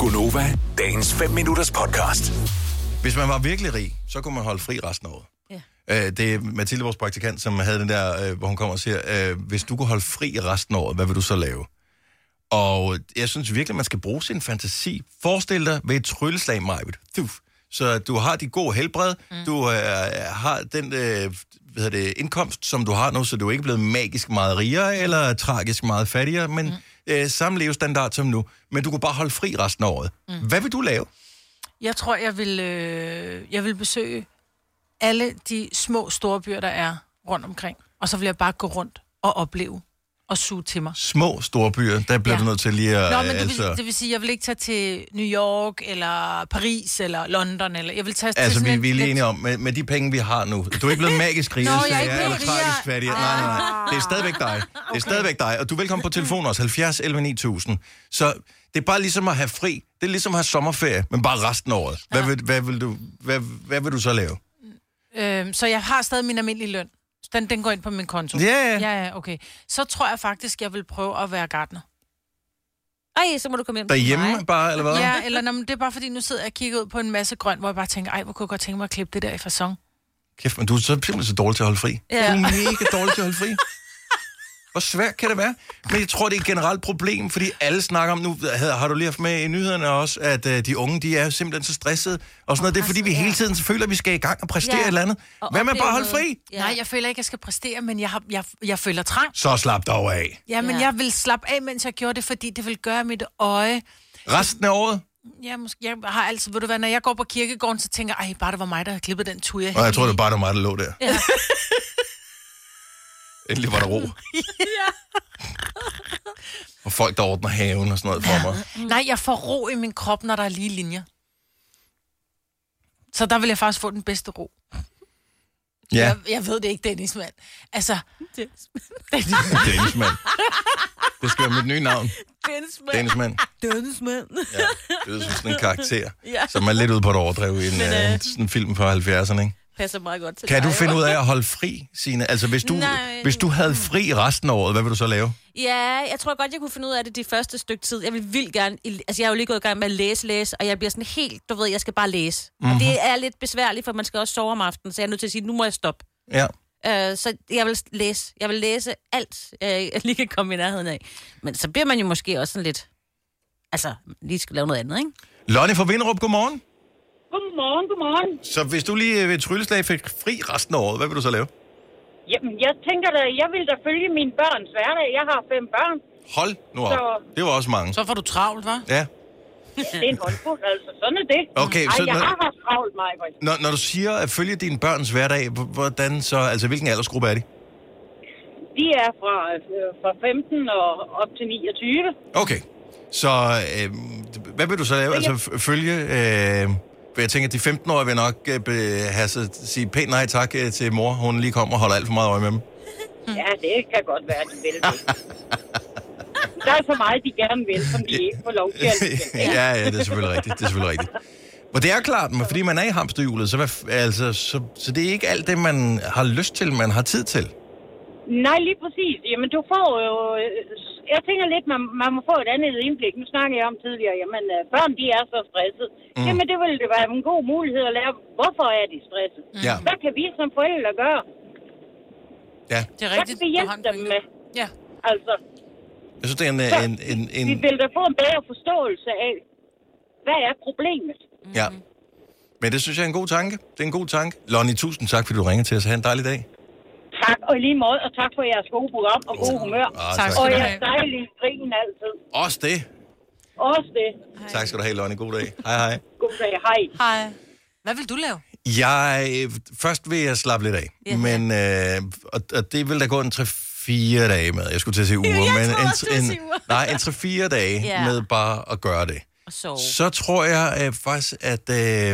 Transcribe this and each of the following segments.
Gonova, dagens 5 minutters podcast. Hvis man var virkelig rig, så kunne man holde fri resten af året. Ja. Det er Mathilde, vores praktikant, som havde den der, hvor hun kommer og siger, hvis du kunne holde fri resten af året, hvad vil du så lave? Og jeg synes virkelig, man skal bruge sin fantasi. Forestil dig ved et trylleslag, Majbet. Så du har dit gode helbred, du har den indkomst, som du har nu, så du er ikke blevet magisk meget rigere, eller tragisk meget fattigere, men samme levestandard som nu. Men du kunne bare holde fri resten af året. Hvad vil du lave? Jeg tror, jeg vil besøge alle de små storbyer, der er rundt omkring. Og så vil jeg bare gå rundt og opleve og suge til mig. Små storbyer, der bliver du nødt til lige at... Nå, men det vil sige, jeg vil ikke tage til New York, eller Paris, eller London, eller... Jeg vil tage til altså, sådan vi er lige enige om, med de penge, vi har nu. Du er ikke blevet magisk rigere, eller tragisk fattig. Nej. Det er stadigvæk dig. Det er stadigvæk dig. Og du er velkommen på telefon også, 70 11 9000. Så det er bare ligesom at have fri. Det er ligesom at have sommerferie, men bare resten af året. Hvad vil du så lave? Så jeg har stadig min almindelige løn. Den går ind på min konto. Ja, okay. Så tror jeg faktisk, jeg vil prøve at være gartner. Ej, så må du komme hjem derhjemme bare, eller hvad? Ja, eller det er bare fordi, nu sidder jeg og kigger ud på en masse grønt, hvor jeg bare tænker, hvor kunne jeg godt tænke mig at klippe det der i facon. Kæft, men du er simpelthen så dårlig til at holde fri. Ja. Du er mega dårlig til at holde fri. Hvor svært kan det være? Men jeg tror, det er et generelt problem, fordi alle snakker om, nu har du lige haft med i nyhederne også, at de unge, de er simpelthen så stressede. Og sådan noget. Det er fordi, vi hele tiden føler, at vi skal i gang og præstere et eller andet. Hvad med bare at holde fri? Ja. Nej, jeg føler ikke, jeg skal præstere, men jeg føler trang. Så slap dog af. Ja, men jeg vil slappe af, mens jeg gjorde det, fordi det vil gøre mit øje. Resten af året? Ja, måske. Jeg har altid, ved du hvad, når jeg går på kirkegården, så tænker jeg, bare det var mig, der havde klippet den tur. Jeg tror, det bare, det var mig, der lå der. Ja. Endelig var der ro. Og folk, der ordner haven og sådan noget for mig. Nej, jeg får ro i min krop, når der er lige linjer. Så der vil jeg faktisk få den bedste ro. Ja. Jeg ved det ikke, Dennis, mand. Altså... Dennis, mand. Det skal være mit nye navn. Dennis, mand. Dennis, mand. Ja, det er sådan en karakter, som er lidt ude på et overdrev i sådan en film fra 70'erne, ikke? Passer meget godt til Kan du finde ud af at holde fri, Signe? Altså, hvis du havde fri resten af året, hvad vil du så lave? Ja, jeg tror godt, jeg kunne finde ud af det de første stykke tid. Jeg vil vildt gerne... Altså, jeg er jo lige gået i gang med at læse, og jeg bliver sådan helt... Du ved, jeg skal bare læse. Mm-hmm. Og det er lidt besværligt, for man skal også sove om aftenen, så jeg er nødt til at sige, nu må jeg stoppe. Ja. Så jeg vil læse. Jeg vil læse alt, jeg lige kan komme i nærheden af. Men så bliver man jo måske også sådan lidt... Altså, lige skal lave noget andet, ikke? Lonnie fra Vinderup, godmorgen. Godmorgen. Så hvis du lige ved et trylleslag fik fri resten af året, hvad vil du så lave? Jamen, jeg tænker da, jeg vil da følge mine børns hverdag. Jeg har 5 børn. Hold nu op. Det var også mange. Så får du travlt, hva'? Ja. Det er en håndfuld, altså. Sådan er det. Okay, så jeg har haft travlt, mig. Når du siger at følge dine børns hverdag, hvordan så... Altså, hvilken aldersgruppe er de? De er fra 15 og op til 29. Okay. Så hvad vil du så lave? Altså, følge... Jeg tænker, at de 15-årige vil nok sige pænt nej tak til mor. Hun lige kommer og holder alt for meget øje med dem. Ja, det kan godt være, de vil det. Der er så meget, de gerne vil, som de ikke får lov til at ja, det er selvfølgelig rigtigt. Og det er klart, fordi man er i hamsterhjulet, så det er ikke alt det, man har lyst til, man har tid til. Nej, lige præcis. Jamen, du får jo... Jeg tænker lidt, man må få et andet indblik. Nu snakker jeg om tidligere, jamen, børn, de er så stresset. Jamen, det ville det være en god mulighed at lære, hvorfor er de stresset? Ja. Hvad kan vi som forældre gøre? Ja. Det er rigtigt. Hvad kan vi hjælpe dem med? Ja. Altså... Jeg synes, det er en... Vi vil da få en bedre forståelse af, hvad er problemet? Ja. Men det synes jeg er en god tanke. Det er en god tanke. Lonnie, tusind tak, fordi du ringer til os. Ha' en dejlig dag. Tak, og i lige måde, og tak for jeres gode program og god humør. Tak og jeres dejlige grin altid. Også det. Hej. Tak skal du have, Lonnie. God dag. Hej. God dag, hej. Hvad vil du lave? Først vil jeg slappe lidt af. Yeah. Men, og det vil da gå en 3-4 dage med. Jeg skulle til at sige uger. Men en 3-4 dage med bare at gøre det. Så tror jeg faktisk, at...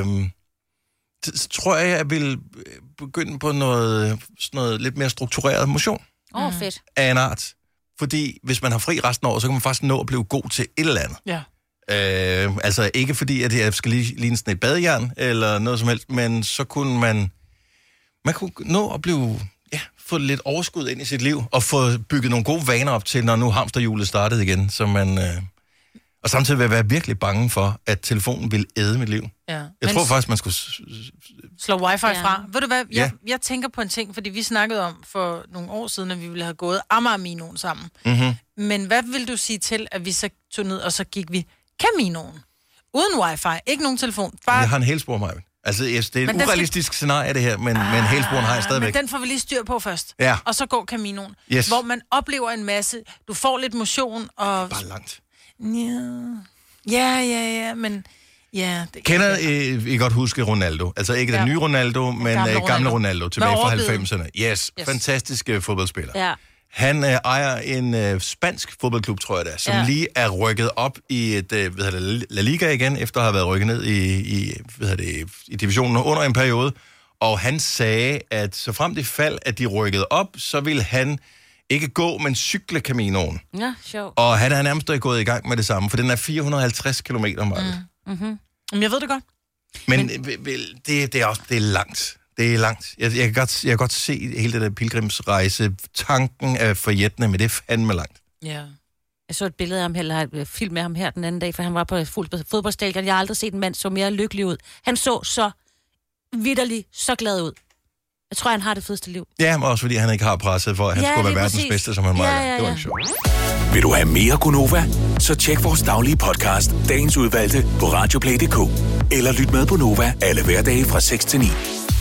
tror jeg vil begynde på sådan noget lidt mere struktureret motion. Fedt. Af en art. Fordi hvis man har fri resten af året, så kan man faktisk nå at blive god til et eller andet. Ja. Altså ikke fordi, at jeg skal ligne sådan et badejern, eller noget som helst, men så kunne man kunne nå at blive, få lidt overskud ind i sit liv, og få bygget nogle gode vaner op til, når nu hamsterhjulet startede igen, så man... Og samtidig vil jeg være virkelig bange for, at telefonen vil æde mit liv. Ja. Jeg tror faktisk, man skulle... Slå wifi fra. Ved du hvad, jeg tænker på en ting, fordi vi snakkede om for nogle år siden, at vi ville have gået Amager-Minoen sammen. Mm-hmm. Men hvad vil du sige til, at vi så tog ned, og så gik vi Caminoen? Uden wifi, ikke nogen telefon. Bare... Jeg har en hælspor, Maja. Altså, det er et urealistisk scenarie, det her, men hælsporen har jeg stadigvæk. Men den får vi lige styr på først. Ja. Og så går Caminoen. Yes. Hvor man oplever en masse... Du får lidt motion og... Bare langt. Ja, men... Ja, det Kender I godt huske Ronaldo? Altså ikke den nye Ronaldo, men gamle Ronaldo tilbage fra 90'erne. Yes, fantastisk fodboldspiller. Ja. Han ejer en spansk fodboldklub, tror jeg det er, som lige er rykket op i et, La Liga igen, efter at have været rykket ned i divisionen under en periode. Og han sagde, at så frem det fald, at de rykkede op, så ville han ikke gå, men cykle Caminoen. Ja, sjovt. Og han er nærmest gået i gang med det samme, for den er 450 kilometer, Maja. Mm-hmm. Men jeg ved det godt. Men det er langt. Det er langt. Jeg kan godt se hele det der pilgrimsrejse. Tanken er forjættende, men det er fandme langt. Ja. Jeg så et billede af ham, eller et film med ham her den anden dag, for han var på et fodboldstadion. Jeg har aldrig set en mand så mere lykkelig ud. Han så vitterligt så glad ud. Jeg tror, han har det fedeste liv. Ja, men også fordi han ikke har presset for, at han skulle være verdens bedste, som han var. Ja. Det var ikke sjovt. Vil du have mere Gunova? Så tjek vores daglige podcast, dagens udvalgte, på radioplay.dk. Eller lyt med på Nova alle hverdage fra 6 til 9.